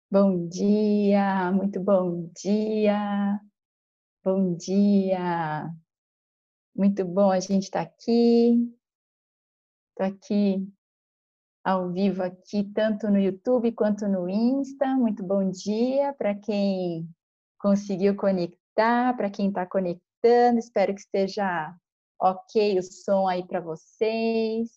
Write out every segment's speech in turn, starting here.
Bom dia, muito bom dia, bom dia. Muito bom a gente estar aqui. Estou aqui ao vivo aqui, tanto no YouTube quanto no Insta. Muito bom dia para quem conseguiu conectar, para quem está conectando. Espero que esteja ok o som aí para vocês.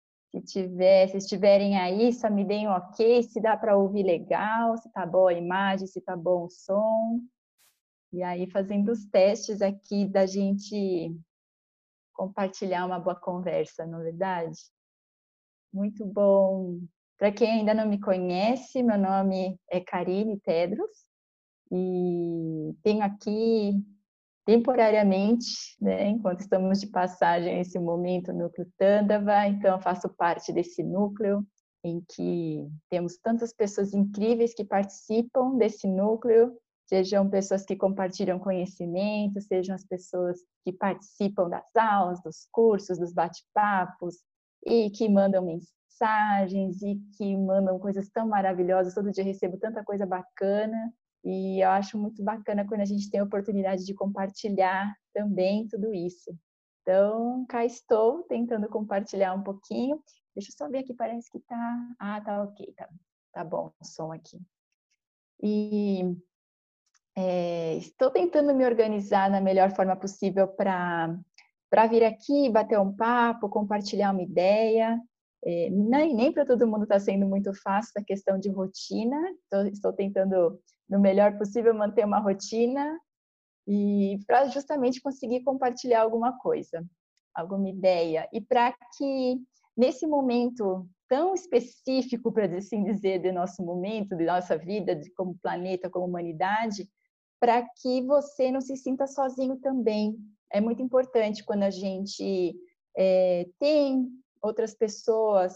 Se estiverem aí, só me deem um ok, se dá para ouvir legal, se está boa a imagem, se está bom o som. E aí, fazendo os testes aqui da gente compartilhar uma boa conversa, não é verdade? Muito bom. Para quem ainda não me conhece, meu nome é Karine Tedros e tenho aqui temporariamente, né, enquanto estamos de passagem nesse momento, no Núcleo Tândava, então eu faço parte desse núcleo em que temos tantas pessoas incríveis que participam desse núcleo, sejam pessoas que compartilham conhecimento, sejam as pessoas que participam das aulas, dos cursos, dos bate-papos, e que mandam mensagens, e que mandam coisas tão maravilhosas, todo dia recebo tanta coisa bacana, e eu acho muito bacana quando a gente tem a oportunidade de compartilhar também tudo isso. Então, cá estou tentando compartilhar um pouquinho. Deixa eu só ver aqui, parece que tá... Ah, tá ok, tá bom o som aqui. E estou tentando me organizar da melhor forma possível para vir aqui, bater um papo, compartilhar uma ideia. Nem para todo mundo está sendo muito fácil a questão de rotina. Estou tentando, no melhor possível, manter uma rotina e para justamente conseguir compartilhar alguma coisa, alguma ideia. E para que, nesse momento tão específico, para assim dizer, do nosso momento, de nossa vida, como planeta, como humanidade, para que você não se sinta sozinho também. É muito importante quando a gente tem outras pessoas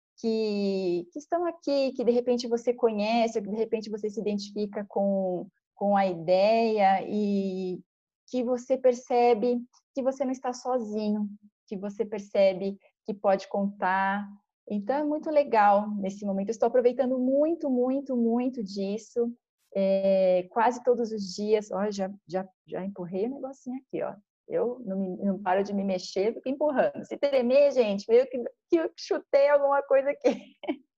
que estão aqui, que de repente você conhece, que de repente você se identifica com a ideia e que você percebe que você não está sozinho, que você percebe que pode contar. Então, é muito legal nesse momento. Eu estou aproveitando muito, muito, muito disso. Quase todos os dias. Ó, já empurrei o negocinho aqui, ó. Eu não paro de me mexer, fico empurrando. Se tremer, gente, meio que eu chutei alguma coisa aqui.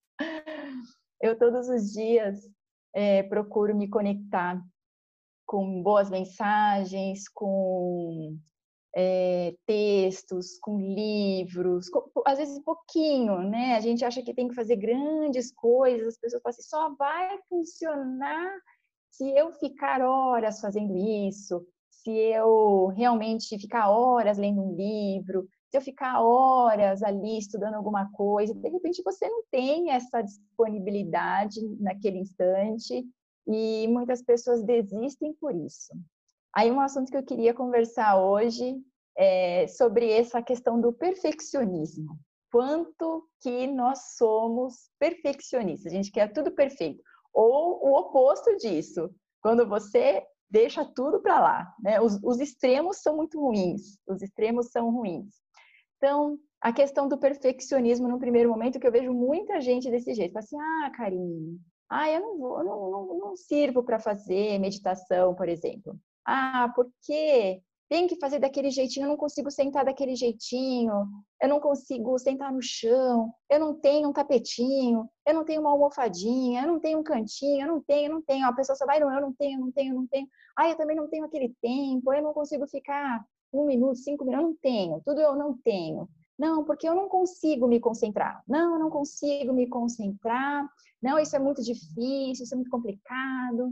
Eu todos os dias procuro me conectar com boas mensagens, com textos, com livros, às vezes pouquinho, né? A gente acha que tem que fazer grandes coisas, as pessoas falam assim, só vai funcionar se eu ficar horas fazendo isso, se eu realmente ficar horas lendo um livro, se eu ficar horas ali estudando alguma coisa, de repente você não tem essa disponibilidade naquele instante e muitas pessoas desistem por isso. Aí um assunto que eu queria conversar hoje é sobre essa questão do perfeccionismo. Quanto que nós somos perfeccionistas, a gente quer tudo perfeito. Ou o oposto disso, quando você deixa tudo para lá, né? Os extremos são muito ruins, os extremos são ruins. Então, a questão do perfeccionismo, no primeiro momento, que eu vejo muita gente desse jeito, fala assim, Karine, eu não vou, não sirvo para fazer meditação, por exemplo. Porque tem que fazer daquele jeitinho, eu não consigo sentar daquele jeitinho, eu não consigo sentar no chão, eu não tenho um tapetinho, eu não tenho uma almofadinha, eu não tenho um cantinho, eu não tenho. A pessoa só vai, não, eu não tenho, eu não tenho, eu não tenho. Eu também não tenho aquele tempo, eu não consigo ficar 1 minuto, 5 minutos, eu não tenho, tudo eu não tenho. Não, porque eu não consigo me concentrar. Não, eu não consigo me concentrar. Não, isso é muito difícil, isso é muito complicado.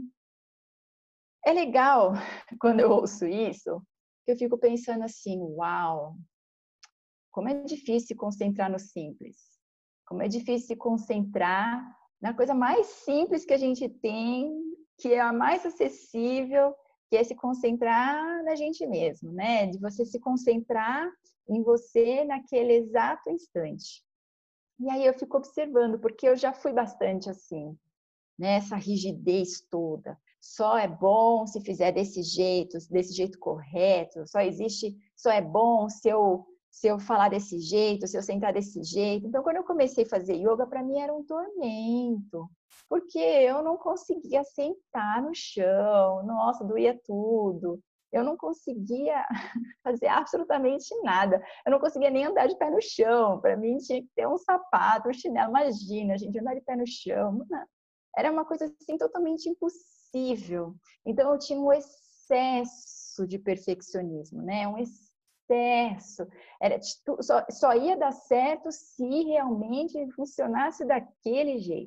É legal quando eu ouço isso, que eu fico pensando assim, uau, como é difícil se concentrar no simples. Como é difícil se concentrar na coisa mais simples que a gente tem, que é a mais acessível, que é se concentrar na gente mesmo, né? De você se concentrar em você naquele exato instante. E aí eu fico observando, porque eu já fui bastante assim, né? Essa rigidez toda. Só é bom se fizer desse jeito correto, só é bom se eu falar desse jeito, se eu sentar desse jeito. Então, quando eu comecei a fazer yoga, para mim era um tormento, porque eu não conseguia sentar no chão, nossa, doía tudo. Eu não conseguia fazer absolutamente nada. Eu não conseguia nem andar de pé no chão. Para mim tinha que ter um sapato, um chinelo. Imagina, gente, andar de pé no chão. Era uma coisa assim totalmente impossível. Então eu tinha um excesso de perfeccionismo, né? Um excesso. Era, só ia dar certo se realmente funcionasse daquele jeito.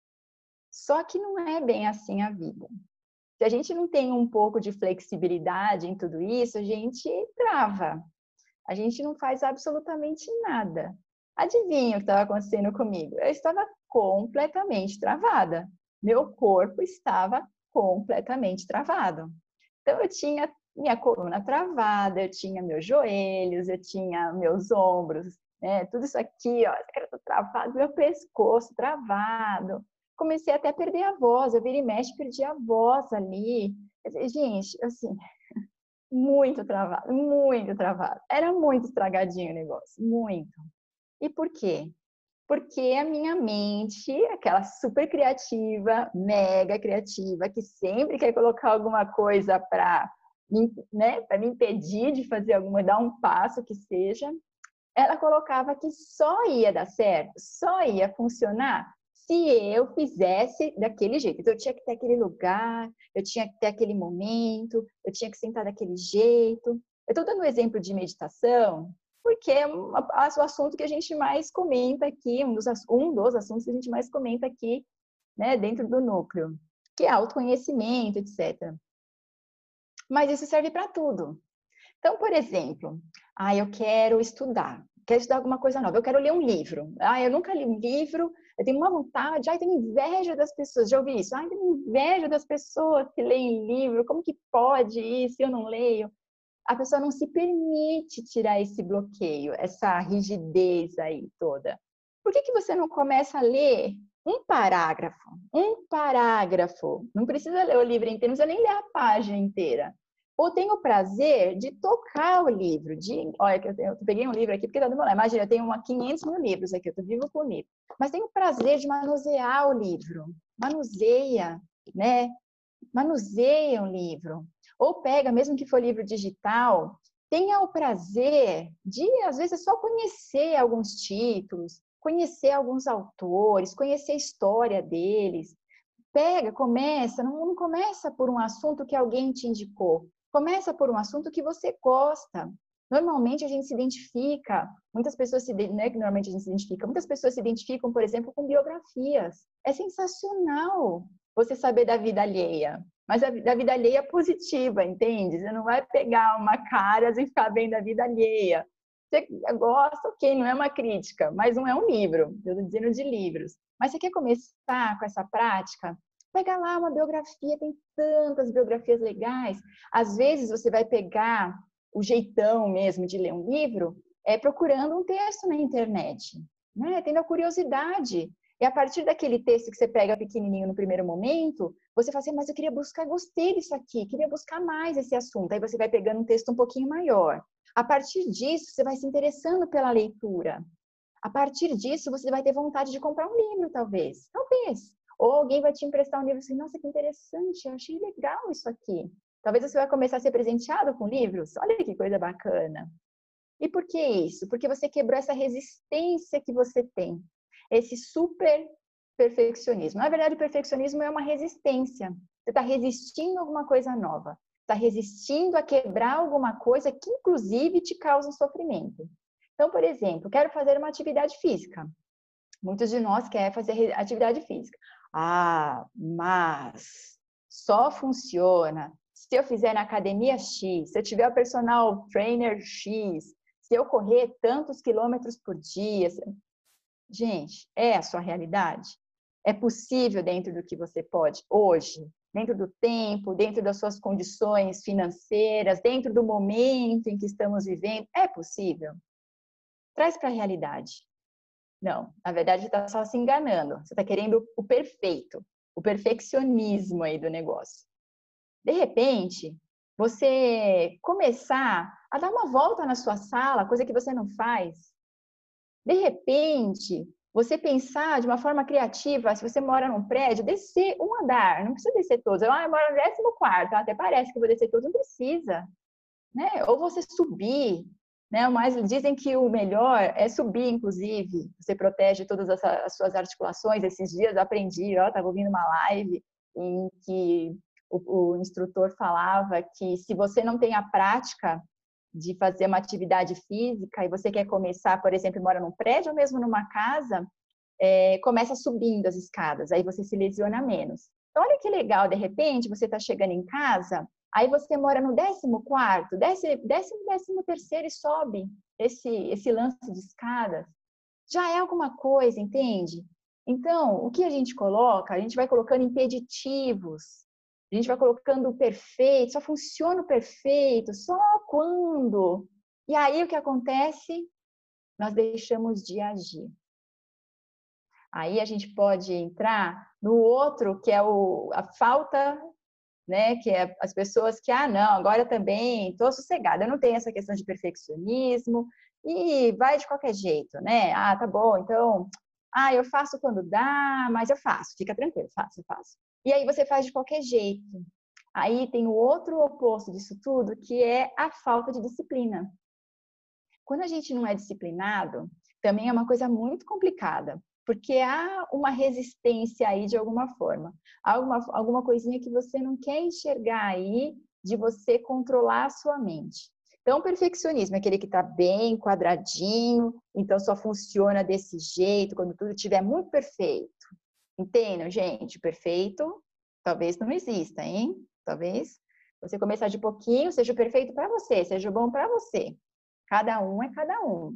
Só que não é bem assim a vida. Se a gente não tem um pouco de flexibilidade em tudo isso, a gente trava. A gente não faz absolutamente nada. Adivinha o que estava acontecendo comigo? Eu estava completamente travada. Meu corpo estava completamente travado. Então, eu tinha minha coluna travada, eu tinha meus joelhos, eu tinha meus ombros, né? Tudo isso aqui, ó, travado, meu pescoço travado. Comecei até a perder a voz, eu vira e mexe, perdi a voz ali. Gente, assim, muito travado, muito travado. Era muito estragadinho o negócio, muito. E por quê? Porque a minha mente, aquela super criativa, mega criativa, que sempre quer colocar alguma coisa para né, me impedir de fazer alguma, dar um passo que seja, ela colocava que só ia dar certo, só ia funcionar se eu fizesse daquele jeito. Então, eu tinha que ter aquele lugar, eu tinha que ter aquele momento, eu tinha que sentar daquele jeito. Eu estou dando um exemplo de meditação, porque é o assunto que a gente mais comenta aqui, um dos assuntos que a gente mais comenta aqui, né, dentro do núcleo, que é autoconhecimento, etc. Mas isso serve para tudo. Então, por exemplo, eu quero estudar alguma coisa nova, eu quero ler um livro. Eu nunca li um livro, eu tenho uma vontade, eu tenho inveja das pessoas. Já ouvi isso? Eu tenho inveja das pessoas que leem livro, como que pode isso? Eu não leio. A pessoa não se permite tirar esse bloqueio, essa rigidez aí toda. Por que você não começa a ler um parágrafo? Um parágrafo. Não precisa ler o livro inteiro, não precisa nem ler a página inteira. Ou tenho o prazer de tocar o livro. Olha, eu peguei um livro aqui porque está do meu lado. Imagina, eu tenho 500 mil livros aqui, eu estou vivo com o livro. Mas tenho o prazer de manusear o livro. Manuseia, né? Manuseia um livro. Ou pega, mesmo que for livro digital, tenha o prazer de, às vezes, só conhecer alguns títulos, conhecer alguns autores, conhecer a história deles. Pega, começa, não começa por um assunto que alguém te indicou. Começa por um assunto que você gosta. Normalmente a gente se identifica, muitas pessoas não é que normalmente a gente se identifica, muitas pessoas se identificam, por exemplo, com biografias. É sensacional você saber da vida alheia, mas da vida alheia positiva, entende? Você não vai pegar uma cara e ficar vendo a vida alheia. Você gosta, ok, não é uma crítica, mas não é um livro, eu estou dizendo de livros. Mas você quer começar com essa prática? Pega lá uma biografia, tem tantas biografias legais. Às vezes você vai pegar o jeitão mesmo de ler um livro procurando um texto na internet, né? Tendo a curiosidade. E a partir daquele texto que você pega pequenininho no primeiro momento, você fala assim, mas eu queria buscar, gostei disso aqui, queria buscar mais esse assunto. Aí você vai pegando um texto um pouquinho maior. A partir disso, você vai se interessando pela leitura. A partir disso, você vai ter vontade de comprar um livro, talvez. Talvez. Ou alguém vai te emprestar um livro assim, nossa, que interessante, eu achei legal isso aqui. Talvez você vai começar a ser presenteado com livros. Olha que coisa bacana. E por que isso? Porque você quebrou essa resistência que você tem. Esse super perfeccionismo. Na verdade, o perfeccionismo é uma resistência. Você está resistindo a alguma coisa nova. Está resistindo a quebrar alguma coisa que, inclusive, te causa um sofrimento. Então, por exemplo, quero fazer uma atividade física. Muitos de nós querem fazer atividade física. Mas só funciona se eu fizer na academia X, se eu tiver o personal trainer X, se eu correr tantos quilômetros por dia. Gente, é a sua realidade? É possível dentro do que você pode hoje? Dentro do tempo, dentro das suas condições financeiras, dentro do momento em que estamos vivendo? É possível? Traz para a realidade. Não, na verdade, você está só se enganando. Você está querendo o perfeito, o perfeccionismo aí do negócio. De repente, você começar a dar uma volta na sua sala, coisa que você não faz. De repente, você pensar de uma forma criativa, se você mora num prédio, descer um andar, não precisa descer todos. Eu moro no 14º, até parece que vou descer todos, não precisa, né? Ou você subir, né? Mas dizem que o melhor é subir, inclusive. Você protege todas as suas articulações. Esses dias eu aprendi, estava ouvindo uma live em que o instrutor falava que se você não tem a prática de fazer uma atividade física e você quer começar, por exemplo, mora num prédio ou mesmo numa casa, começa subindo as escadas, aí você se lesiona menos. Então, olha que legal, de repente, você está chegando em casa, aí você mora no 14º, décimo terceiro e sobe esse lance de escadas. Já é alguma coisa, entende? Então, o que a gente coloca? A gente vai colocando impeditivos, a gente vai colocando o perfeito, só funciona o perfeito, só quando. E aí o que acontece? Nós deixamos de agir. Aí a gente pode entrar no outro, que é a falta, né? Que é as pessoas que, não, agora também estou sossegada, eu não tenho essa questão de perfeccionismo e vai de qualquer jeito, né? Tá bom, então, eu faço quando dá, mas eu faço, fica tranquilo, eu faço. E aí você faz de qualquer jeito. Aí tem o outro oposto disso tudo, que é a falta de disciplina. Quando a gente não é disciplinado, também é uma coisa muito complicada, porque há uma resistência aí de alguma forma. Há alguma coisinha que você não quer enxergar aí de você controlar a sua mente. Então, o perfeccionismo é aquele que está bem quadradinho, então só funciona desse jeito, quando tudo estiver muito perfeito. Entendam, gente? Perfeito talvez não exista, hein? Talvez você começar de pouquinho, seja o perfeito para você, seja o bom para você. Cada um é cada um.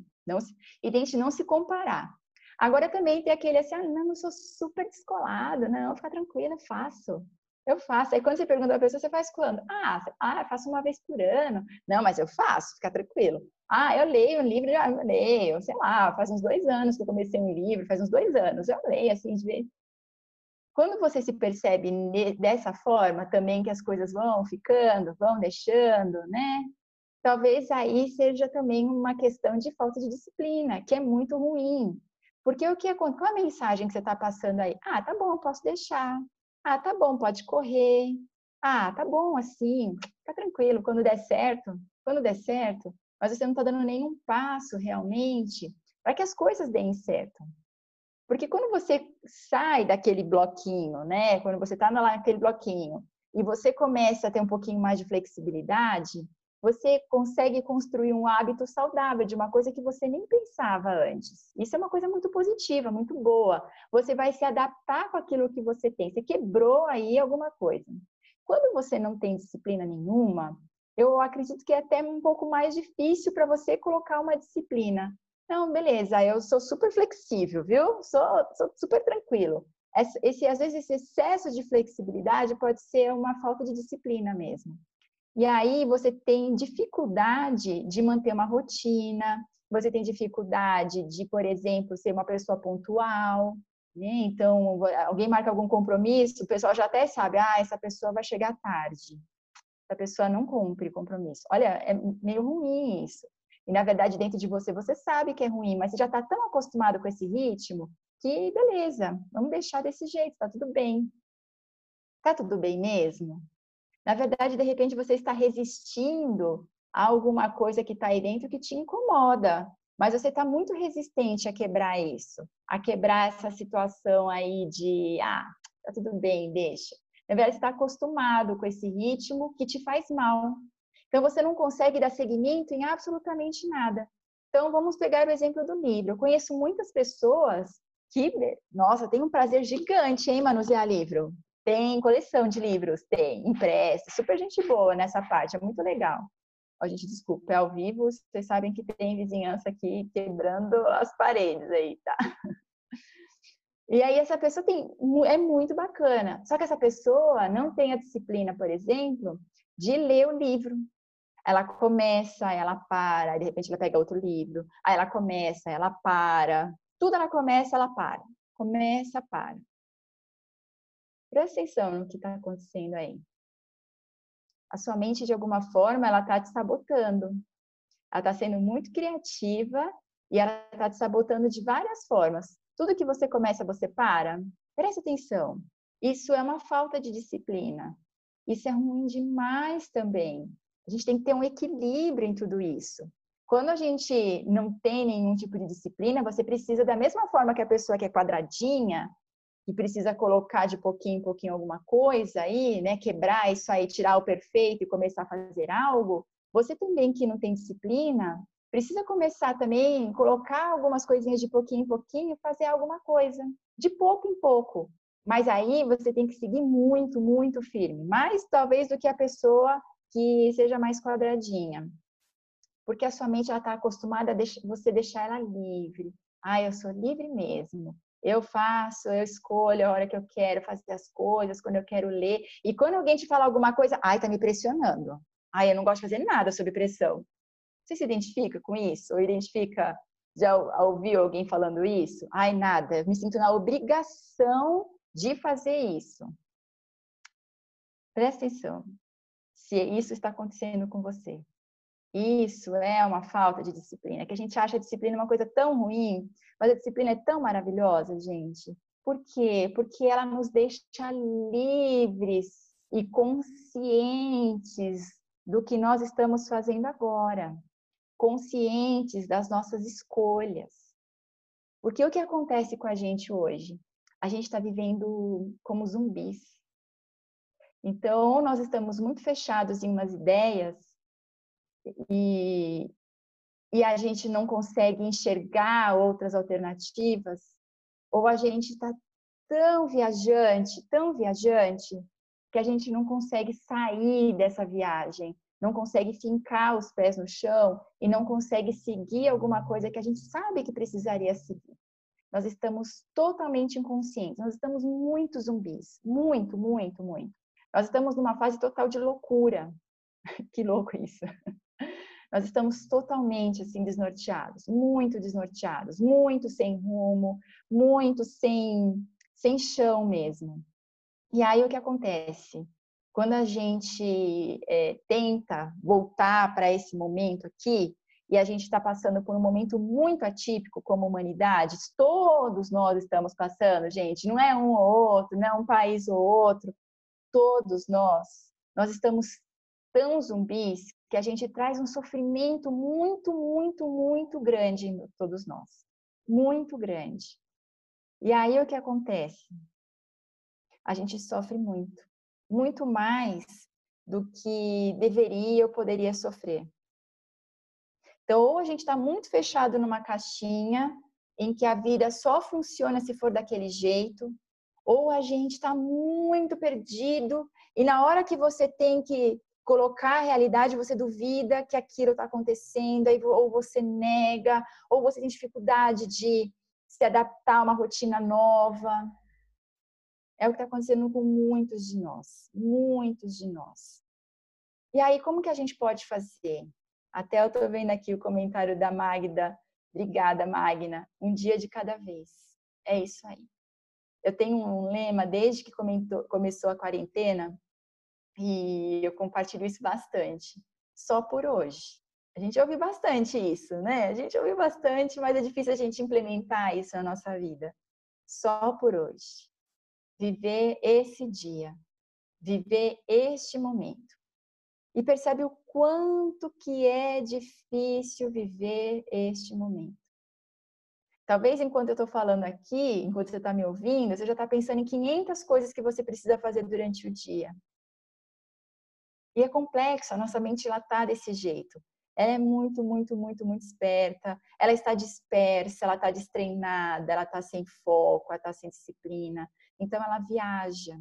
E tente não se comparar. Agora também tem aquele assim, não, eu sou super descolado. Não, fica tranquila, eu faço. Eu faço. Aí quando você pergunta a pessoa, você faz quando? Eu faço uma vez por ano. Não, mas eu faço, fica tranquilo. Eu leio um livro, já leio, sei lá, faz uns 2 anos que eu comecei um livro, faz uns 2 anos, eu leio assim de vez. Quando você se percebe dessa forma também que as coisas vão ficando, vão deixando, né? Talvez aí seja também uma questão de falta de disciplina, que é muito ruim. Porque o que acontece? Qual a mensagem que você está passando aí? Tá bom, posso deixar. Tá bom, pode correr. Tá bom, assim, fica tranquilo, quando der certo, mas você não está dando nenhum passo realmente para que as coisas deem certo. Porque quando você sai daquele bloquinho, né? Quando você está naquele bloquinho e você começa a ter um pouquinho mais de flexibilidade, você consegue construir um hábito saudável de uma coisa que você nem pensava antes. Isso é uma coisa muito positiva, muito boa. Você vai se adaptar com aquilo que você tem. Você quebrou aí alguma coisa. Quando você não tem disciplina nenhuma, eu acredito que é até um pouco mais difícil para você colocar uma disciplina. Não, beleza, eu sou super flexível, viu? Sou super tranquilo. Às vezes, esse excesso de flexibilidade pode ser uma falta de disciplina mesmo. E aí você tem dificuldade de manter uma rotina, você tem dificuldade de, por exemplo, ser uma pessoa pontual, né? Então, alguém marca algum compromisso, o pessoal já até sabe, essa pessoa vai chegar tarde, essa pessoa não cumpre compromisso. Olha, é meio ruim isso. E, na verdade, dentro de você, você sabe que é ruim, mas você já está tão acostumado com esse ritmo que, beleza, vamos deixar desse jeito, tá tudo bem. Tá tudo bem mesmo? Na verdade, de repente, você está resistindo a alguma coisa que está aí dentro que te incomoda, mas você está muito resistente a quebrar isso, a quebrar essa situação aí de, tá tudo bem, deixa. Na verdade, você está acostumado com esse ritmo que te faz mal. Então, você não consegue dar seguimento em absolutamente nada. Então, vamos pegar o exemplo do livro. Eu conheço muitas pessoas que, nossa, tem um prazer gigante em manusear livro. Tem coleção de livros, tem, empresta, super gente boa nessa parte, é muito legal. Ó, gente, desculpa, é ao vivo, vocês sabem que tem vizinhança aqui quebrando as paredes aí, tá? E aí essa pessoa é muito bacana, só que essa pessoa não tem a disciplina, por exemplo, de ler o livro. Ela começa, ela para, de repente ela pega outro livro, aí ela começa, ela para, tudo ela começa, ela para. Começa, para. Presta atenção no que está acontecendo aí. A sua mente, de alguma forma, ela está te sabotando. Ela está sendo muito criativa e ela está te sabotando de várias formas. Tudo que você começa, você para. Presta atenção. Isso é uma falta de disciplina. Isso é ruim demais também. A gente tem que ter um equilíbrio em tudo isso. Quando a gente não tem nenhum tipo de disciplina, você precisa, da mesma forma que a pessoa que é quadradinha, que precisa colocar de pouquinho em pouquinho alguma coisa aí, né? Quebrar isso aí, tirar o perfeito e começar a fazer algo. Você também que não tem disciplina, precisa começar também, colocar algumas coisinhas de pouquinho em pouquinho, fazer alguma coisa, de pouco em pouco. Mas aí você tem que seguir muito, muito firme, mais talvez do que a pessoa que seja mais quadradinha. Porque a sua mente está acostumada a você deixar ela livre. Ah, eu sou livre mesmo. Eu faço, eu escolho a hora que eu quero fazer as coisas, quando eu quero ler. E quando alguém te fala alguma coisa, ai, tá me pressionando. Ai, eu não gosto de fazer nada sob pressão. Você se identifica com isso? Ou identifica, já ouviu alguém falando isso? Ai, nada, eu me sinto na obrigação de fazer isso. Presta atenção, se isso está acontecendo com você. Isso é uma falta de disciplina, que a gente acha a disciplina uma coisa tão ruim, mas a disciplina é tão maravilhosa, gente. Por quê? Porque ela nos deixa livres e conscientes do que nós estamos fazendo agora, conscientes das nossas escolhas. Porque o que acontece com a gente hoje? A gente está vivendo como zumbis. Então, nós estamos muito fechados em umas ideias e, e a gente não consegue enxergar outras alternativas, ou a gente está tão viajante, que a gente não consegue sair dessa viagem, não consegue fincar os pés no chão e não consegue seguir alguma coisa que a gente sabe que precisaria seguir. Nós estamos totalmente inconscientes, nós estamos muito zumbis, muito, muito, muito. Nós estamos numa fase total de loucura. Que louco isso. Nós estamos totalmente assim desnorteados, muito sem rumo, muito sem chão mesmo. E aí o que acontece? Quando a gente tenta voltar para esse momento aqui, e a gente está passando por um momento muito atípico como humanidade, todos nós estamos passando, gente, não é um ou outro, não é um país ou outro, todos nós estamos tão zumbis que a gente traz um sofrimento muito, muito, muito grande em todos nós. Muito grande. E aí o que acontece? A gente sofre muito. Muito mais do que deveria ou poderia sofrer. Então, ou a gente está muito fechado numa caixinha em que a vida só funciona se for daquele jeito, ou a gente está muito perdido e na hora que você tem que colocar a realidade, você duvida que aquilo está acontecendo, ou você nega, ou você tem dificuldade de se adaptar a uma rotina nova. É o que está acontecendo com muitos de nós, muitos de nós. E aí, como que a gente pode fazer? Até eu estou vendo aqui o comentário da Magda. Obrigada, Magna. Um dia de cada vez. É isso aí. Eu tenho um lema desde que começou a quarentena e eu compartilho isso bastante. Só por hoje. A gente ouve bastante isso, né? A gente ouve bastante, mas é difícil a gente implementar isso na nossa vida. Só por hoje. Viver esse dia. Viver este momento. E percebe o quanto que é difícil viver este momento. Talvez enquanto eu estou falando aqui, enquanto você está me ouvindo, você já está pensando em 500 coisas que você precisa fazer durante o dia. E é complexo, a nossa mente ela está desse jeito. Ela é muito, muito, muito, muito esperta. Ela está dispersa, ela está destreinada, ela está sem foco, ela está sem disciplina. Então ela viaja.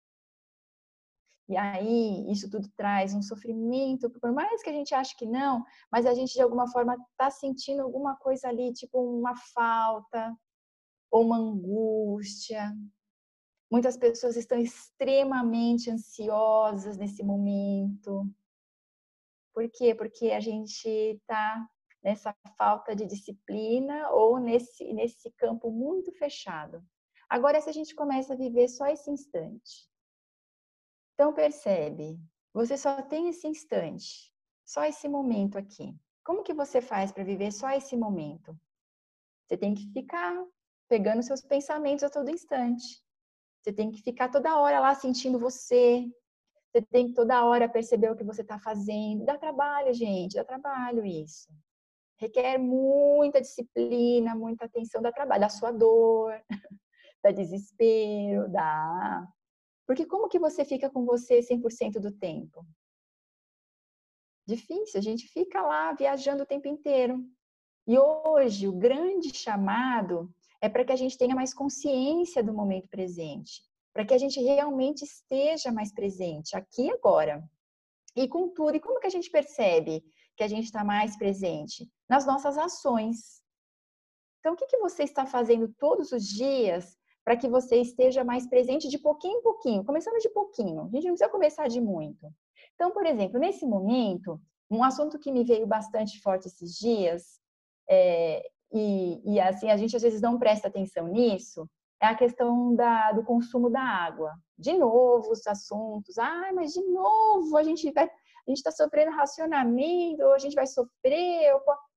E aí, isso tudo traz um sofrimento, por mais que a gente ache que não, mas a gente de alguma forma está sentindo alguma coisa ali, tipo uma falta ou uma angústia. Muitas pessoas estão extremamente ansiosas nesse momento. Por quê? Porque a gente está nessa falta de disciplina ou nesse campo muito fechado. Agora, se a gente começa a viver só esse instante, então percebe, você só tem esse instante, só esse momento aqui. Como que você faz para viver só esse momento? Você tem que ficar pegando seus pensamentos a todo instante. Você tem que ficar toda hora lá sentindo você. Você tem que toda hora perceber o que você está fazendo. Dá trabalho, gente, dá trabalho isso. Requer muita disciplina, muita atenção, dá trabalho, da sua dor, dá desespero, dá. Porque como que você fica com você 100% do tempo? Difícil, a gente fica lá viajando o tempo inteiro. E hoje, o grande chamado é para que a gente tenha mais consciência do momento presente, para que a gente realmente esteja mais presente, aqui e agora. E com tudo, e como que a gente percebe que a gente está mais presente? Nas nossas ações. Então, o que que você está fazendo todos os dias para que você esteja mais presente de pouquinho em pouquinho, começando de pouquinho. A gente não precisa começar de muito. Então, por exemplo, nesse momento, um assunto que me veio bastante forte esses dias, assim, a gente às vezes não presta atenção nisso, é a questão do consumo da água. De novo os assuntos, mas de novo a gente está sofrendo racionamento, ou a gente vai sofrer,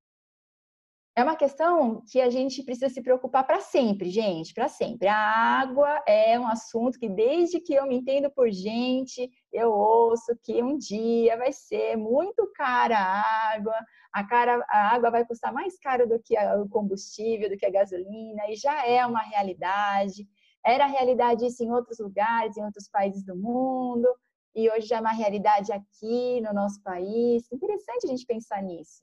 é uma questão que a gente precisa se preocupar para sempre, gente, para sempre. A água é um assunto que, desde que eu me entendo por gente, eu ouço que um dia vai ser muito cara a água, a água vai custar mais caro do que o combustível, do que a gasolina, e já é uma realidade. Era realidade isso em outros lugares, em outros países do mundo, e hoje já é uma realidade aqui no nosso país. Interessante a gente pensar nisso.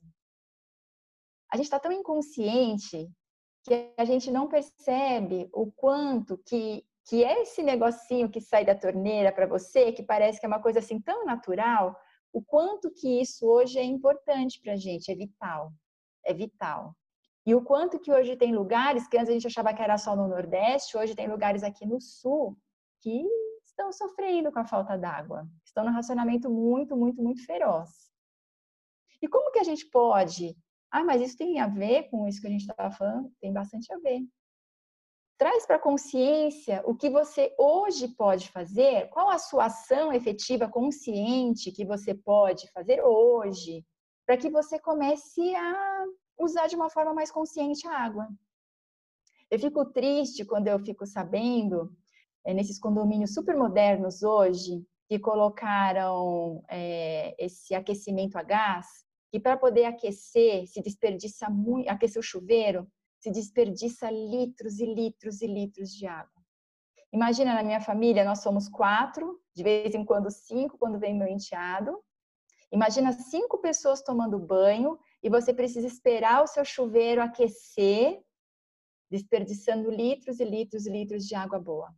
A gente está tão inconsciente que a gente não percebe o quanto que é esse negocinho que sai da torneira para você, que parece que é uma coisa assim tão natural, o quanto que isso hoje é importante para a gente, é vital. É vital. E o quanto que hoje tem lugares que antes a gente achava que era só no Nordeste, hoje tem lugares aqui no Sul que estão sofrendo com a falta d'água. Estão num racionamento muito, muito, muito feroz. E como que a gente pode... mas isso tem a ver com isso que a gente estava falando? Tem bastante a ver. Traz para a consciência o que você hoje pode fazer, qual a sua ação efetiva consciente que você pode fazer hoje, para que você comece a usar de uma forma mais consciente a água. Eu fico triste quando eu fico sabendo, nesses condomínios super modernos hoje, que colocaram esse aquecimento a gás, que para poder aquecer, se desperdiça muito, aquecer o chuveiro, se desperdiça litros e litros e litros de água. Imagina, na minha família, nós somos 4, de vez em quando 5, quando vem meu enteado. Imagina 5 pessoas tomando banho e você precisa esperar o seu chuveiro aquecer, desperdiçando litros e litros e litros de água boa.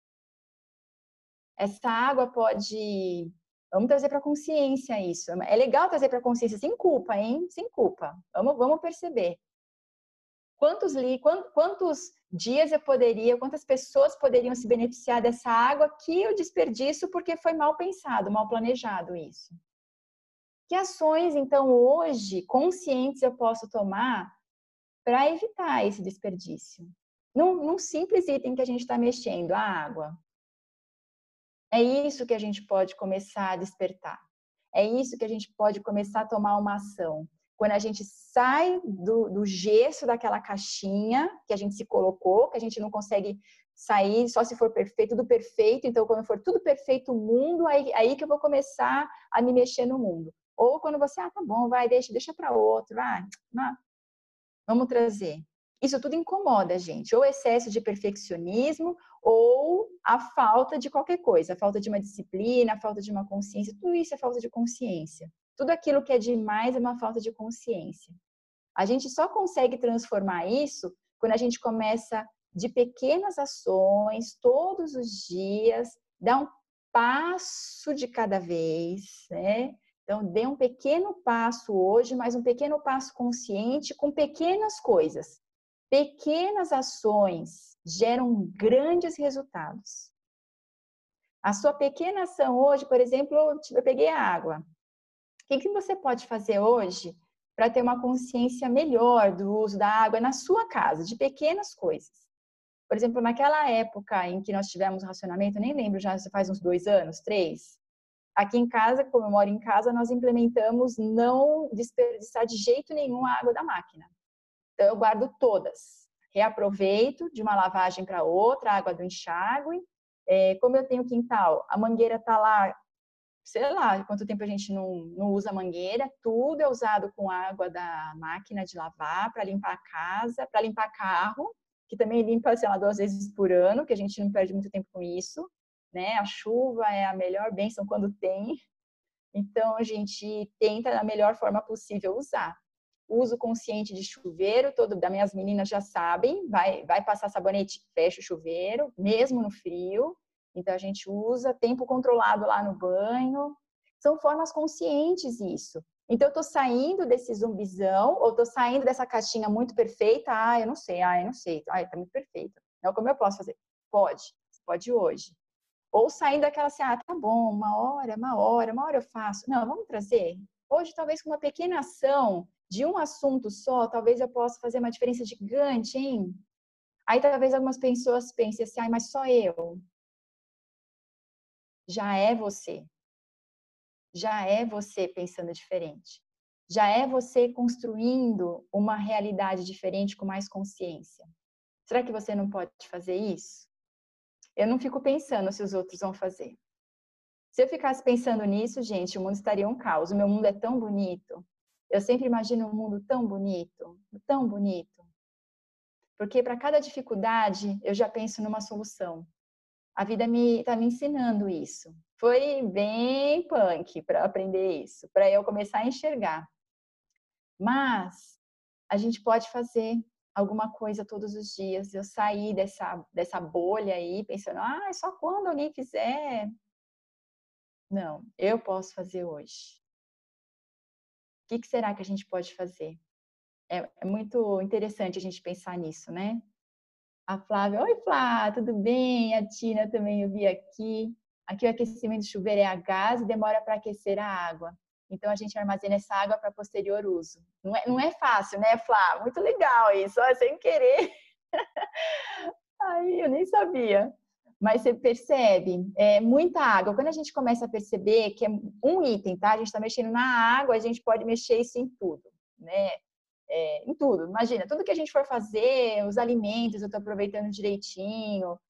Essa água pode... Vamos trazer para a consciência isso. É legal trazer para a consciência, sem culpa, hein? Sem culpa. Vamos perceber. Quantos dias eu poderia, quantas pessoas poderiam se beneficiar dessa água que eu desperdiço porque foi mal pensado, mal planejado isso? Que ações, então, hoje, conscientes, eu posso tomar para evitar esse desperdício? Num simples item que a gente está mexendo, a água. É isso que a gente pode começar a despertar. É isso que a gente pode começar a tomar uma ação. Quando a gente sai do gesso daquela caixinha que a gente se colocou, que a gente não consegue sair só se for perfeito, tudo perfeito. Então, quando for tudo perfeito o mundo, aí que eu vou começar a me mexer no mundo. Ou quando você, tá bom, vai, deixa para outro, vamos trazer. Isso tudo incomoda a gente, ou excesso de perfeccionismo, ou a falta de qualquer coisa, a falta de uma disciplina, a falta de uma consciência, tudo isso é falta de consciência. Tudo aquilo que é demais é uma falta de consciência. A gente só consegue transformar isso quando a gente começa de pequenas ações, todos os dias, dá um passo de cada vez, né? Então, dê um pequeno passo hoje, mas um pequeno passo consciente com pequenas coisas. Pequenas ações geram grandes resultados. A sua pequena ação hoje, por exemplo, eu peguei a água. O que você pode fazer hoje para ter uma consciência melhor do uso da água na sua casa, de pequenas coisas? Por exemplo, naquela época em que nós tivemos racionamento, nem lembro já, se faz uns 2 anos, 3, Aqui em casa, como eu moro em casa, nós implementamos não desperdiçar de jeito nenhum a água da máquina. Então, eu guardo todas. Reaproveito de uma lavagem para outra, a água do enxágue. Como eu tenho quintal, a mangueira está lá, sei lá quanto tempo a gente não usa a mangueira, tudo é usado com água da máquina de lavar para limpar a casa, para limpar carro, que também limpa, sei lá, 2 vezes por ano, que a gente não perde muito tempo com isso, né? A chuva é a melhor bênção quando tem, então a gente tenta da melhor forma possível usar. Uso consciente de chuveiro, das minhas meninas já sabem, vai passar sabonete, fecha o chuveiro, mesmo no frio. Então a gente usa tempo controlado lá no banho. São formas conscientes isso. Então eu tô saindo desse zumbizão, ou tô saindo dessa caixinha muito perfeita, eu não sei, eu não sei, tá muito perfeita. Não, como eu posso fazer? Pode hoje. Ou saindo daquela assim, tá bom, uma hora eu faço. Não, vamos trazer. Hoje, talvez com uma pequena ação de um assunto só, talvez eu possa fazer uma diferença gigante, hein? Aí talvez algumas pessoas pensem assim, mas só eu. Já é você. Já é você pensando diferente. Já é você construindo uma realidade diferente com mais consciência. Será que você não pode fazer isso? Eu não fico pensando se os outros vão fazer. Se eu ficasse pensando nisso, gente, o mundo estaria um caos. O meu mundo é tão bonito. Eu sempre imagino um mundo tão bonito, tão bonito. Porque para cada dificuldade, eu já penso numa solução. A vida está me ensinando isso. Foi bem punk para aprender isso, para eu começar a enxergar. Mas a gente pode fazer alguma coisa todos os dias. Eu saí dessa bolha aí, pensando, só quando alguém fizer. Não, eu posso fazer hoje. O que será que a gente pode fazer? É muito interessante a gente pensar nisso, né? A Flávia, oi Flá, tudo bem? A Tina também eu vi aqui. Aqui o aquecimento do chuveiro é a gás e demora para aquecer a água. Então a gente armazena essa água para posterior uso. Não é fácil, né, Flá? Muito legal isso, sem querer. Aí eu nem sabia. Mas você percebe, muita água. Quando a gente começa a perceber que é um item, tá? A gente está mexendo na água, a gente pode mexer isso em tudo, né? Em tudo. Imagina, tudo que a gente for fazer, os alimentos, eu estou aproveitando direitinho.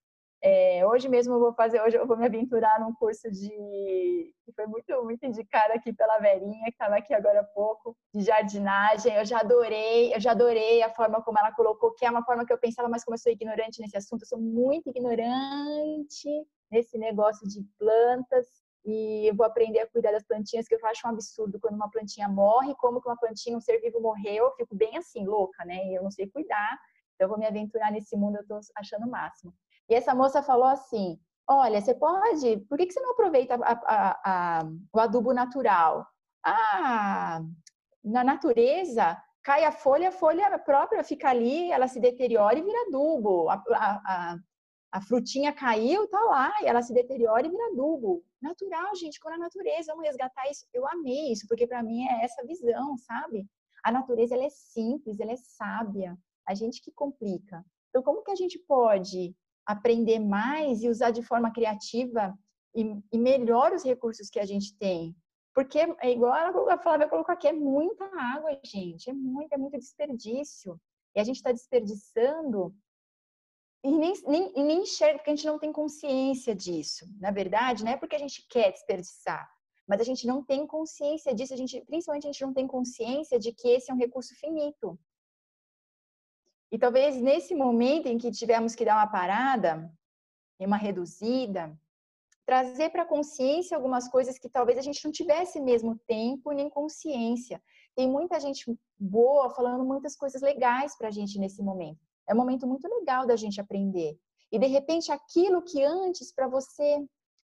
Hoje eu vou me aventurar num curso que foi muito, muito indicado aqui pela Verinha, que estava aqui agora há pouco, de jardinagem. Eu já adorei a forma como ela colocou, que é uma forma que eu pensava, mas como eu sou ignorante nesse assunto, eu sou muito ignorante nesse negócio de plantas. E eu vou aprender a cuidar das plantinhas, que eu acho um absurdo quando uma plantinha morre, como que uma plantinha, um ser vivo morreu, eu fico bem assim, louca, né? E eu não sei cuidar, então eu vou me aventurar nesse mundo, eu tô achando o máximo. E essa moça falou assim, olha, por que você não aproveita o adubo natural? Na natureza, cai a folha própria fica ali, ela se deteriora e vira adubo. A frutinha caiu, tá lá, e ela se deteriora e vira adubo. Natural, gente, com a natureza, vamos resgatar isso. Eu amei isso, porque para mim é essa visão, sabe? A natureza, ela é simples, ela é sábia. A gente que complica. Então, como que a gente pode aprender mais e usar de forma criativa e melhor os recursos que a gente tem? Porque é igual a Flávia colocou aqui, é muita água, gente, é muito desperdício. E a gente está desperdiçando e nem enxerga, porque a gente não tem consciência disso. Na verdade, não é porque a gente quer desperdiçar, mas a gente não tem consciência disso, principalmente a gente não tem consciência de que esse é um recurso finito. E talvez nesse momento em que tivermos que dar uma parada, uma reduzida, trazer para a consciência algumas coisas que talvez a gente não tivesse mesmo tempo nem consciência. Tem muita gente boa falando muitas coisas legais para a gente nesse momento. É um momento muito legal da gente aprender. E de repente aquilo que antes para você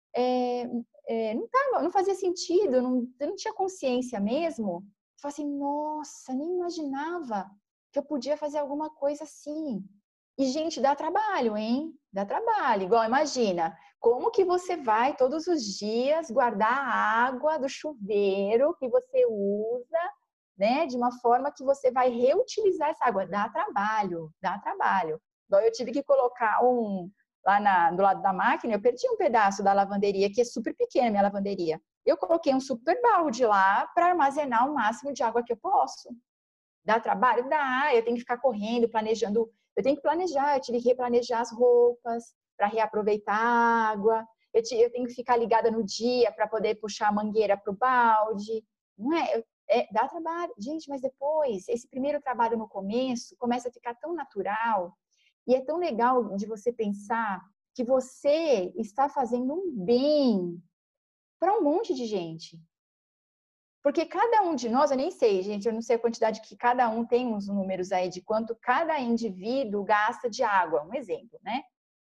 não fazia sentido, não tinha consciência mesmo, você fala assim, nossa, nem imaginava que eu podia fazer alguma coisa assim. E, gente, dá trabalho, hein? Dá trabalho. Igual, imagina, como que você vai todos os dias guardar a água do chuveiro que você usa, né? De uma forma que você vai reutilizar essa água. Dá trabalho, dá trabalho. Igual eu tive que colocar do lado da máquina, eu perdi um pedaço da lavanderia, que é super pequena, minha lavanderia. Eu coloquei um super balde lá para armazenar o máximo de água que eu posso. Dá trabalho? Dá. Eu tenho que ficar correndo, planejando. Eu tenho que planejar. Eu tive que replanejar as roupas para reaproveitar a água. Eu tenho que ficar ligada no dia para poder puxar a mangueira para o balde. Não é? Dá trabalho. Gente, mas depois, esse primeiro trabalho no começo começa a ficar tão natural. E é tão legal de você pensar que você está fazendo um bem para um monte de gente. Porque cada um de nós, eu nem sei, gente, eu não sei a quantidade que cada um tem uns números aí de quanto cada indivíduo gasta de água, um exemplo, né?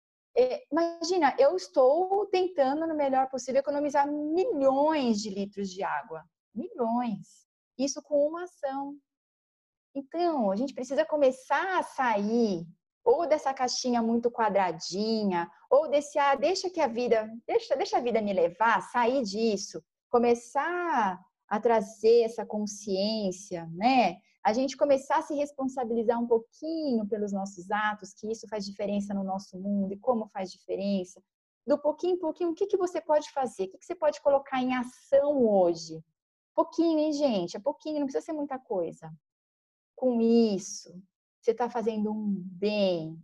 Imagina, eu estou tentando, no melhor possível, economizar milhões de litros de água. Milhões. Isso com uma ação. Então, a gente precisa começar a sair ou dessa caixinha muito quadradinha, ou desse, deixa a vida me levar, sair disso, começar a trazer essa consciência, né? A gente começar a se responsabilizar um pouquinho pelos nossos atos, que isso faz diferença no nosso mundo e como faz diferença. Do pouquinho em pouquinho, o que você pode fazer? O que você pode colocar em ação hoje? Pouquinho, hein, gente? É pouquinho, não precisa ser muita coisa. Com isso, você está fazendo um bem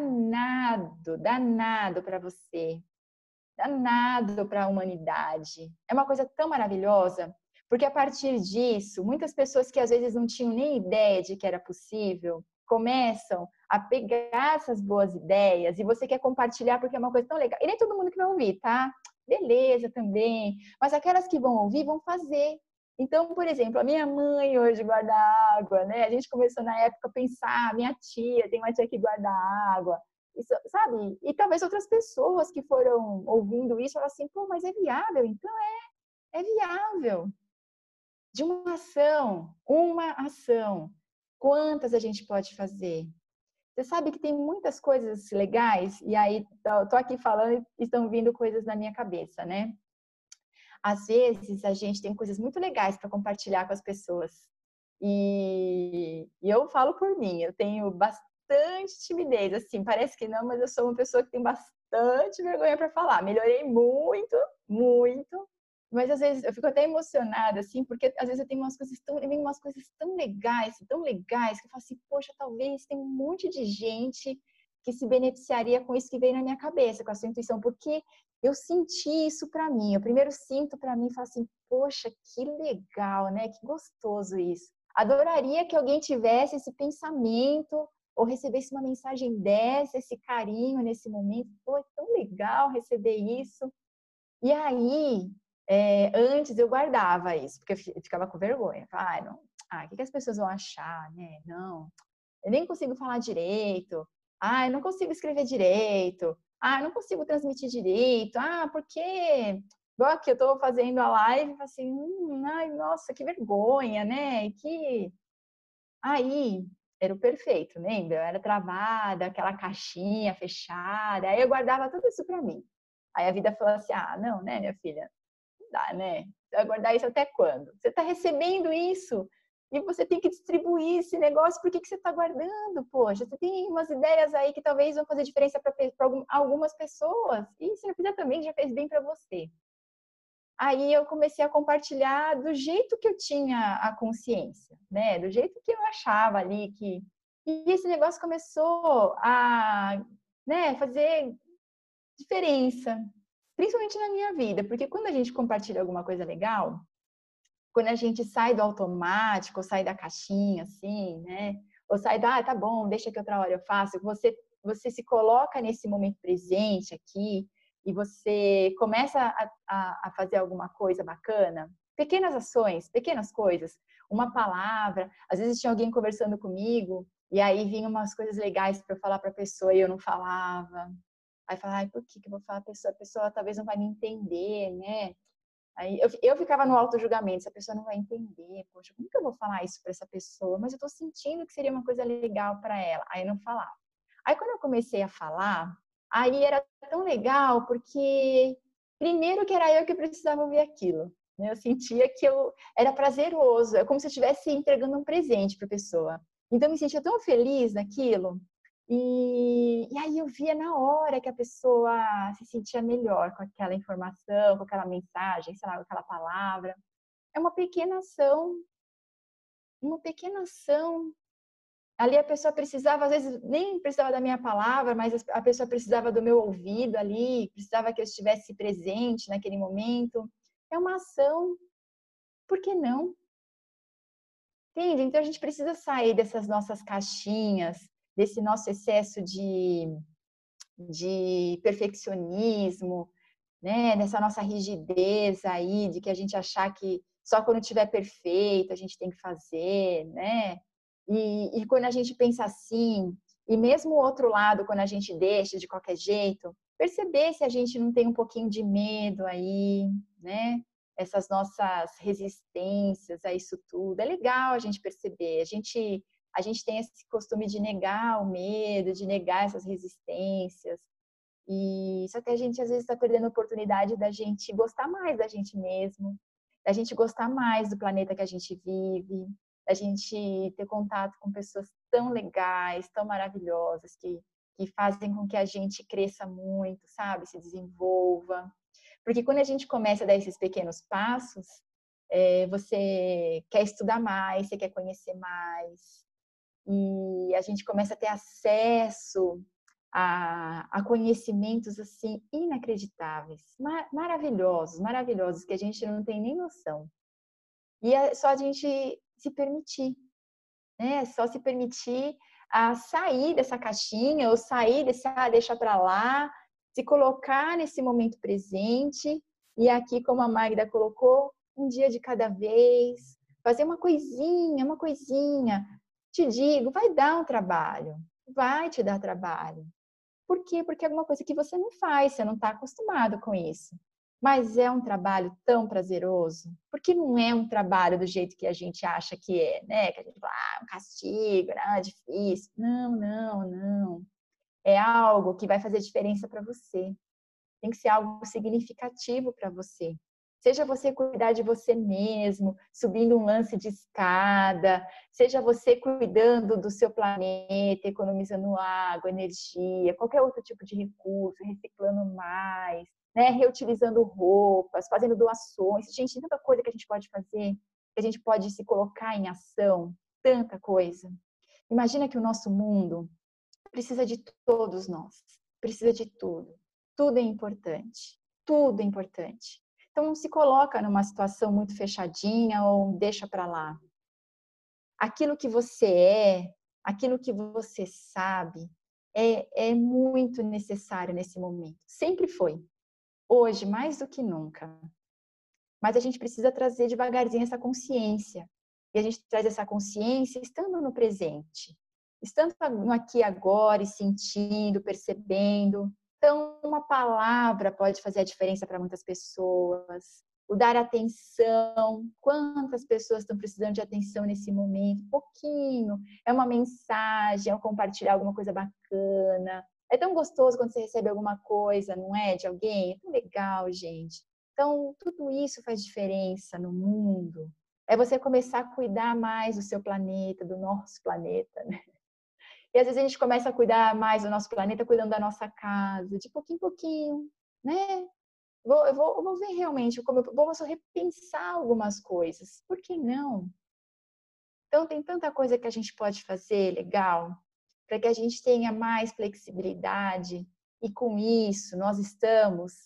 danado, danado para você, danado para a humanidade. É uma coisa tão maravilhosa, porque a partir disso, muitas pessoas que às vezes não tinham nem ideia de que era possível, começam a pegar essas boas ideias e você quer compartilhar porque é uma coisa tão legal. E nem todo mundo que vai ouvir, tá? Beleza também. Mas aquelas que vão ouvir vão fazer. Então, por exemplo, a minha mãe hoje guarda água, né? A gente começou na época a pensar, minha tia, tem uma tia que guarda água. Isso, sabe? E talvez outras pessoas que foram ouvindo isso, falam assim, pô, mas é viável? Então é viável. De uma ação, quantas a gente pode fazer? Você sabe que tem muitas coisas legais, e aí tô aqui falando e estão vindo coisas na minha cabeça, né? Às vezes a gente tem coisas muito legais para compartilhar com as pessoas. E eu falo por mim, eu tenho bastante timidez, assim, parece que não, mas eu sou uma pessoa que tem bastante vergonha para falar. Melhorei muito, muito, mas às vezes eu fico até emocionada, assim, porque às vezes eu tenho umas coisas tão legais, que eu falo assim, poxa, talvez tem um monte de gente que se beneficiaria com isso que veio na minha cabeça, com a sua intuição, porque eu senti isso para mim. Eu primeiro sinto para mim e falo assim, poxa, que legal, né? Que gostoso isso. Adoraria que alguém tivesse esse pensamento ou recebesse uma mensagem dessa, esse carinho nesse momento. Pô, é tão legal receber isso. E aí, antes eu guardava isso, porque eu ficava com vergonha. Falava, não, o que as pessoas vão achar, né? Não, eu nem consigo falar direito. Eu não consigo escrever direito. Eu não consigo transmitir direito. Porque igual aqui eu estou fazendo a live, assim, ai, nossa, que vergonha, né? Aí era o perfeito, lembra? Eu era travada, aquela caixinha fechada. Aí eu guardava tudo isso para mim. Aí a vida falou assim: não, né, minha filha? Não dá, né? Você vai guardar isso até quando? Você está recebendo isso e você tem que distribuir esse negócio, por que você está guardando? Poxa, você tem umas ideias aí que talvez vão fazer diferença para algumas pessoas e se não fizer também, já fez bem para você. Aí eu comecei a compartilhar do jeito que eu tinha a consciência, né? Do jeito que eu achava ali que... E esse negócio começou a, né, fazer diferença, principalmente na minha vida, porque quando a gente compartilha alguma coisa legal, quando a gente sai do automático, sai da caixinha, assim, né? Ou sai tá bom, deixa que outra hora eu faço. Você se coloca nesse momento presente aqui e você começa a fazer alguma coisa bacana. Pequenas ações, pequenas coisas. Uma palavra. Às vezes tinha alguém conversando comigo e aí vinham umas coisas legais para eu falar para a pessoa e eu não falava. Aí falava, por que eu vou falar para a pessoa? A pessoa talvez não vai me entender, né? Aí eu ficava no auto-julgamento, essa pessoa não vai entender, poxa, como que eu vou falar isso para essa pessoa? Mas eu tô sentindo que seria uma coisa legal para ela. Aí eu não falava. Aí quando eu comecei a falar, aí era tão legal, porque primeiro que era eu que precisava ouvir aquilo. Né? Eu sentia que era prazeroso, é como se eu estivesse entregando um presente para a pessoa. Então eu me sentia tão feliz naquilo. E aí eu via na hora que a pessoa se sentia melhor com aquela informação, com aquela mensagem, sei lá, com aquela palavra. É uma pequena ação. Ali a pessoa precisava, às vezes nem precisava da minha palavra, mas a pessoa precisava do meu ouvido ali, precisava que eu estivesse presente naquele momento. É uma ação, por que não? Entende? Então a gente precisa sair dessas nossas caixinhas, desse nosso excesso de perfeccionismo, né? Nessa nossa rigidez aí, de que a gente achar que só quando estiver perfeito a gente tem que fazer, né? E quando a gente pensa assim, e mesmo o outro lado, quando a gente deixa de qualquer jeito, perceber se a gente não tem um pouquinho de medo aí, né? Essas nossas resistências a isso tudo. É legal a gente perceber. A gente tem esse costume de negar o medo, de negar essas resistências. E só que a gente às vezes está perdendo a oportunidade da gente gostar mais da gente mesmo, da gente gostar mais do planeta que a gente vive, da gente ter contato com pessoas tão legais, tão maravilhosas, que fazem com que a gente cresça muito, sabe? Se desenvolva. Porque quando a gente começa a dar esses pequenos passos, você quer estudar mais, você quer conhecer mais, e a gente começa a ter acesso a conhecimentos assim inacreditáveis, maravilhosos, maravilhosos, que a gente não tem nem noção. E é só a gente se permitir, né? É só se permitir a sair dessa caixinha ou sair desse deixa para lá, se colocar nesse momento presente e aqui, como a Magda colocou, um dia de cada vez, fazer uma coisinha, uma coisinha. Te digo, vai dar um trabalho, vai te dar trabalho. Por quê? Porque é alguma coisa que você não faz, você não está acostumado com isso. Mas é um trabalho tão prazeroso, porque não é um trabalho do jeito que a gente acha que é, né? Que a gente fala, um castigo, é difícil. Não, não, não. É algo que vai fazer diferença para você. Tem que ser algo significativo para você. Seja você cuidar de você mesmo, subindo um lance de escada, seja você cuidando do seu planeta, economizando água, energia, qualquer outro tipo de recurso, reciclando mais, né? Reutilizando roupas, fazendo doações. Gente, tem tanta coisa que a gente pode fazer, que a gente pode se colocar em ação, tanta coisa. Imagina que o nosso mundo precisa de todos nós, precisa de tudo. Tudo é importante, tudo é importante. Então não se coloca numa situação muito fechadinha ou deixa para lá. Aquilo que você aquilo que você sabe, é muito necessário nesse momento. Sempre foi. Hoje, mais do que nunca. Mas a gente precisa trazer devagarzinho essa consciência. E a gente traz essa consciência estando no presente, estando no aqui agora e sentindo, percebendo. Então, uma palavra pode fazer a diferença para muitas pessoas. O dar atenção. Quantas pessoas estão precisando de atenção nesse momento? Pouquinho. É uma mensagem, é um compartilhar alguma coisa bacana. É tão gostoso quando você recebe alguma coisa, não é? De alguém. É tão legal, gente. Então, tudo isso faz diferença no mundo. É você começar a cuidar mais do seu planeta, do nosso planeta, né? E às vezes a gente começa a cuidar mais do nosso planeta, cuidando da nossa casa, de pouquinho em pouquinho, né? Eu vou ver realmente como eu vou repensar algumas coisas. Por que não? Então, tem tanta coisa que a gente pode fazer legal, para que a gente tenha mais flexibilidade, e com isso nós estamos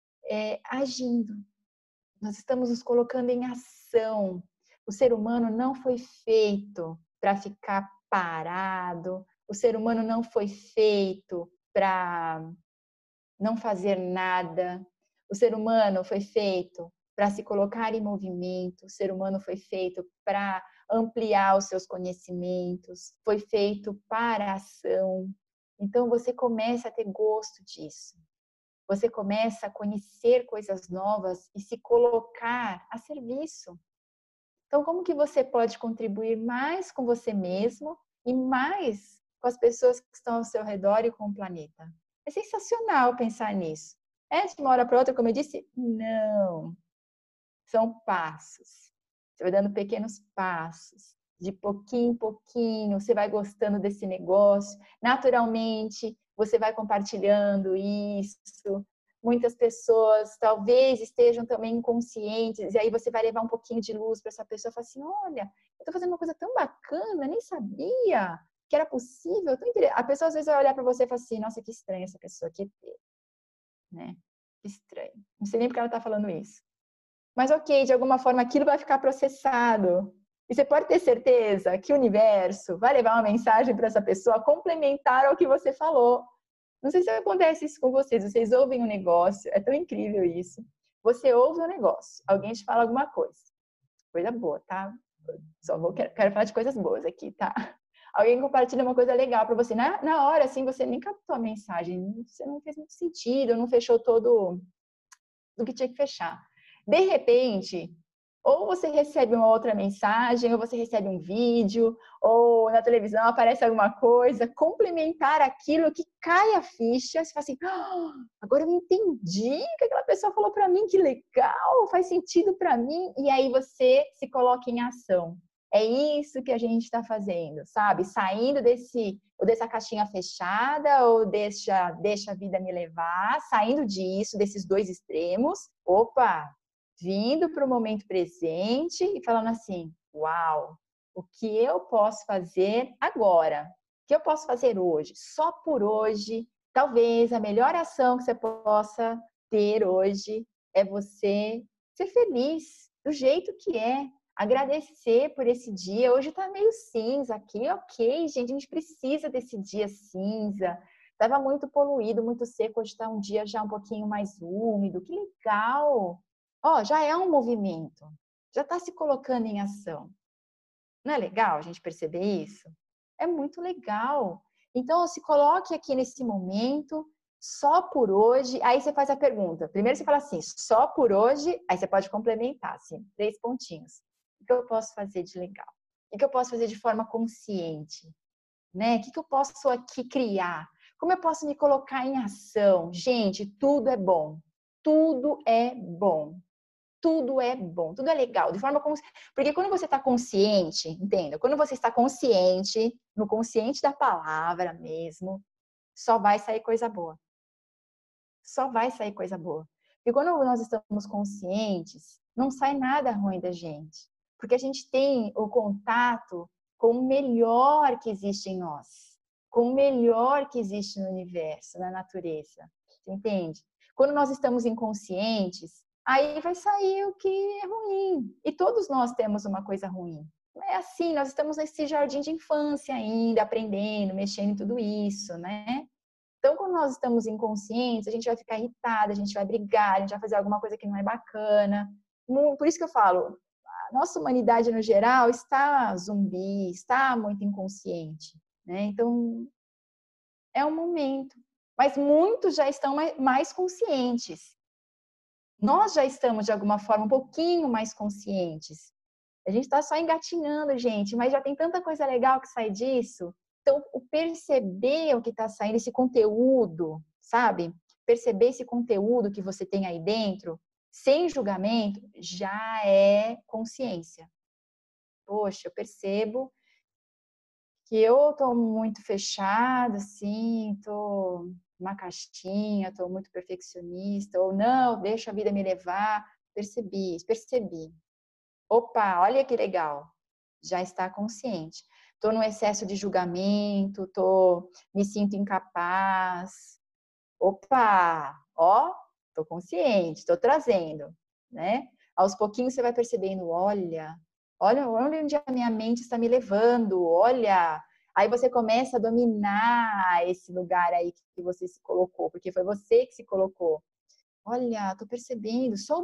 agindo. Nós estamos nos colocando em ação. O ser humano não foi feito para ficar parado. O ser humano não foi feito para não fazer nada. O ser humano foi feito para se colocar em movimento. O ser humano foi feito para ampliar os seus conhecimentos. Foi feito para a ação. Então você começa a ter gosto disso. Você começa a conhecer coisas novas e se colocar a serviço. Então, como que você pode contribuir mais com você mesmo e mais com as pessoas que estão ao seu redor e com o planeta? É sensacional pensar nisso. É de uma hora para outra, como eu disse? Não. São passos. Você vai dando pequenos passos. De pouquinho em pouquinho, você vai gostando desse negócio. Naturalmente, você vai compartilhando isso. Muitas pessoas talvez estejam também inconscientes, e aí você vai levar um pouquinho de luz para essa pessoa e falar assim: olha, eu estou fazendo uma coisa tão bacana, nem sabia que era possível. A pessoa às vezes vai olhar para você e falar assim: nossa, que estranha essa pessoa aqui, né? Que estranho. Não sei nem porque ela está falando isso. Mas ok, de alguma forma aquilo vai ficar processado. E você pode ter certeza que o universo vai levar uma mensagem para essa pessoa complementar ao que você falou. Não sei se acontece isso com vocês. Vocês ouvem um negócio, é tão incrível isso. Você ouve um negócio, alguém te fala alguma coisa boa, tá? Quero falar de coisas boas aqui, tá? Alguém compartilha uma coisa legal para você. Na hora, assim, você nem captou a mensagem. Você não fez muito sentido, não fechou todo do que tinha que fechar. De repente, ou você recebe uma outra mensagem, ou você recebe um vídeo, ou na televisão aparece alguma coisa, complementar aquilo que cai a ficha, você fala assim, agora eu entendi o que aquela pessoa falou para mim, que legal, faz sentido para mim, e aí você se coloca em ação. É isso que a gente está fazendo, sabe? Saindo dessa caixinha fechada, ou deixa a vida me levar, saindo disso, desses dois extremos. Opa, vindo para o momento presente e falando assim: uau, o que eu posso fazer agora? O que eu posso fazer hoje? Só por hoje, talvez a melhor ação que você possa ter hoje é você ser feliz do jeito que é. Agradecer por esse dia. Hoje tá meio cinza aqui, ok, gente, a gente precisa desse dia cinza. Tava muito poluído, muito seco, hoje tá um dia já um pouquinho mais úmido. Que legal! Ó, já é um movimento, já está se colocando em ação. Não é legal a gente perceber isso? É muito legal. Então, se coloque aqui nesse momento, só por hoje. Aí você faz a pergunta. Primeiro você fala assim, só por hoje. Aí você pode complementar, assim, 3 pontinhos. O que eu posso fazer de legal? O que eu posso fazer de forma consciente? Né? O que eu posso aqui criar? Como eu posso me colocar em ação? Gente, tudo é bom. Tudo é bom. Tudo é bom, tudo é legal, de forma porque quando você está consciente, entenda, quando você está consciente, no consciente da palavra mesmo, só vai sair coisa boa. Só vai sair coisa boa. E quando nós estamos conscientes, não sai nada ruim da gente, porque a gente tem o contato com o melhor que existe em nós, com o melhor que existe no universo, na natureza. Você entende? Quando nós estamos inconscientes, aí vai sair o que é ruim. E todos nós temos uma coisa ruim. É assim, nós estamos nesse jardim de infância ainda, aprendendo, mexendo em tudo isso, né? Então, quando nós estamos inconscientes, a gente vai ficar irritada, a gente vai brigar, a gente vai fazer alguma coisa que não é bacana. Por isso que eu falo, a nossa humanidade no geral está zumbi, está muito inconsciente, né? Então, é um momento. Mas muitos já estão mais conscientes. Nós já estamos, de alguma forma, um pouquinho mais conscientes. A gente está só engatinhando, gente, mas já tem tanta coisa legal que sai disso. Então, o perceber o que está saindo, esse conteúdo, sabe? Perceber esse conteúdo que você tem aí dentro, sem julgamento, já é consciência. Poxa, eu percebo que eu estou muito fechada, assim, estou numa caixinha, estou muito perfeccionista, ou não, deixa a vida me levar. Percebi. Opa, olha que legal, já está consciente. Estou no excesso de julgamento, me sinto incapaz. Opa, ó, estou consciente, estou trazendo, né? Aos pouquinhos você vai percebendo, olha onde a minha mente está me levando, olha. Aí você começa a dominar esse lugar aí que você se colocou, porque foi você que se colocou. Olha, estou percebendo, só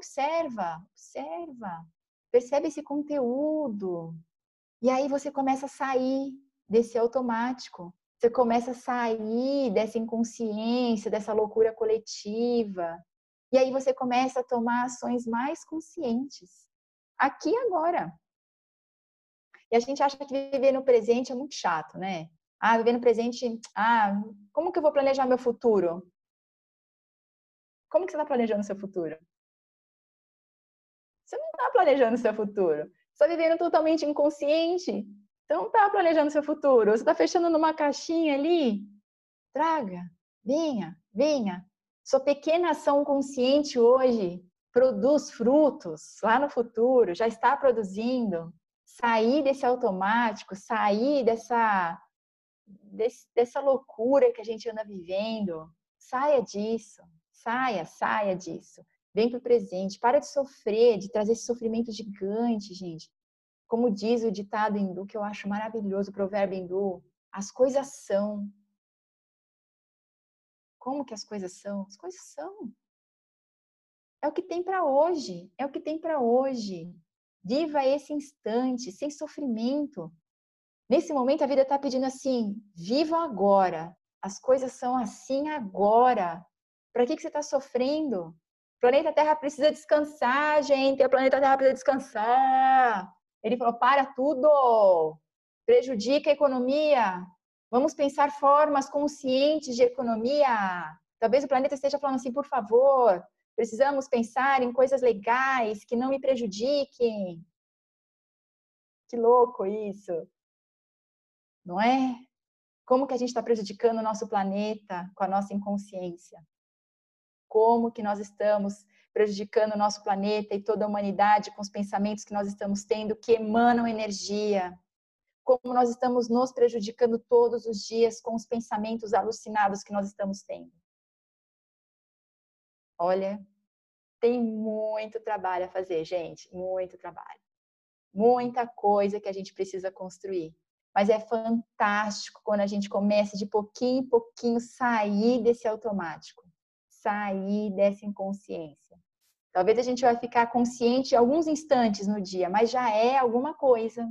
observa. Percebe esse conteúdo. E aí você começa a sair desse automático. Você começa a sair dessa inconsciência, dessa loucura coletiva. E aí você começa a tomar ações mais conscientes. Aqui e agora. E a gente acha que viver no presente é muito chato, né? Ah, viver no presente... Ah, como que eu vou planejar meu futuro? Como que você está planejando seu futuro? Você não está planejando o seu futuro. Você está vivendo totalmente inconsciente. Você não está planejando seu futuro, você está fechando numa caixinha ali. Traga, venha, venha. Sua pequena ação consciente hoje produz frutos lá no futuro, já está produzindo. Sair desse automático, sair dessa loucura que a gente anda vivendo. Saia disso, saia disso. Vem para o presente, para de sofrer, de trazer esse sofrimento gigante, gente. Como diz o ditado hindu, que eu acho maravilhoso, o provérbio hindu, as coisas são. Como que as coisas são? As coisas são. É o que tem para hoje, é o que tem para hoje. Viva esse instante, sem sofrimento. Nesse momento, a vida está pedindo assim, viva agora. As coisas são assim agora. Para que você está sofrendo? O planeta Terra precisa descansar, gente. O planeta Terra precisa descansar. Ele falou, para tudo. Prejudica a economia. Vamos pensar formas conscientes de economia. Talvez o planeta esteja falando assim, por favor, precisamos pensar em coisas legais que não me prejudiquem. Que louco isso, não é? Como que a gente está prejudicando o nosso planeta com a nossa inconsciência? Como que nós estamos prejudicando o nosso planeta e toda a humanidade com os pensamentos que nós estamos tendo que emanam energia? Como nós estamos nos prejudicando todos os dias com os pensamentos alucinados que nós estamos tendo? Olha, tem muito trabalho a fazer, gente, muito trabalho. Muita coisa que a gente precisa construir. Mas é fantástico quando a gente começa de pouquinho em pouquinho sair desse automático, sair dessa inconsciência. Talvez a gente vai ficar consciente alguns instantes no dia, mas já é alguma coisa.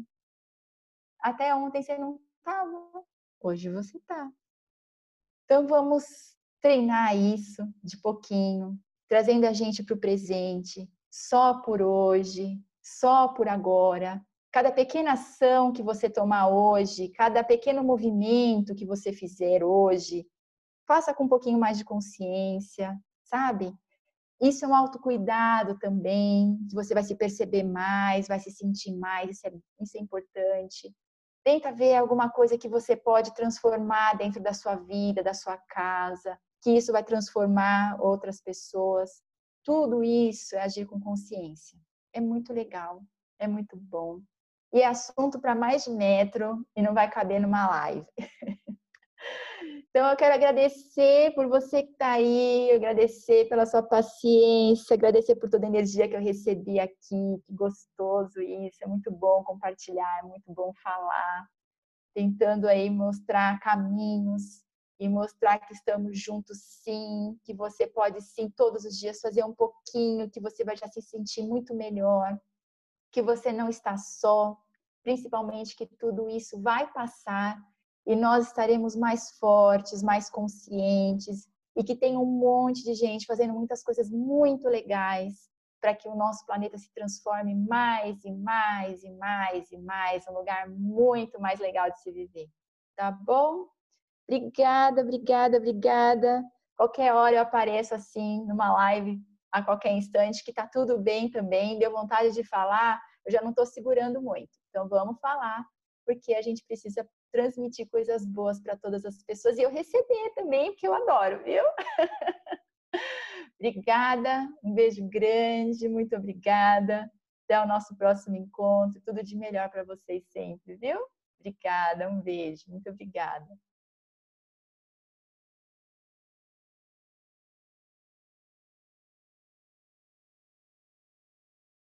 Até ontem você não estava, hoje você está. Então vamos treinar isso de pouquinho, trazendo a gente para o presente, só por hoje, só por agora. Cada pequena ação que você tomar hoje, cada pequeno movimento que você fizer hoje, faça com um pouquinho mais de consciência, sabe? Isso é um autocuidado também, que você vai se perceber mais, vai se sentir mais, isso é importante. Tenta ver alguma coisa que você pode transformar dentro da sua vida, da sua casa, que isso vai transformar outras pessoas. Tudo isso é agir com consciência. É muito legal, é muito bom. E é assunto para mais de metro e não vai caber numa live. Então, eu quero agradecer por você que está aí, agradecer pela sua paciência, agradecer por toda a energia que eu recebi aqui. Que gostoso isso, é muito bom compartilhar, é muito bom falar, tentando aí mostrar caminhos e mostrar que estamos juntos sim, que você pode sim todos os dias fazer um pouquinho, que você vai já se sentir muito melhor, que você não está só, principalmente que tudo isso vai passar e nós estaremos mais fortes, mais conscientes e que tem um monte de gente fazendo muitas coisas muito legais para que o nosso planeta se transforme mais e mais e mais e mais, um lugar muito mais legal de se viver. Tá bom? Obrigada, obrigada, obrigada. Qualquer hora eu apareço assim numa live a qualquer instante, que tá tudo bem também. Deu vontade de falar, eu já não estou segurando muito. Então vamos falar, porque a gente precisa transmitir coisas boas para todas as pessoas e eu receber também, porque eu adoro, viu? Obrigada, um beijo grande, muito obrigada. Até o nosso próximo encontro. Tudo de melhor para vocês sempre, viu? Obrigada, um beijo, muito obrigada.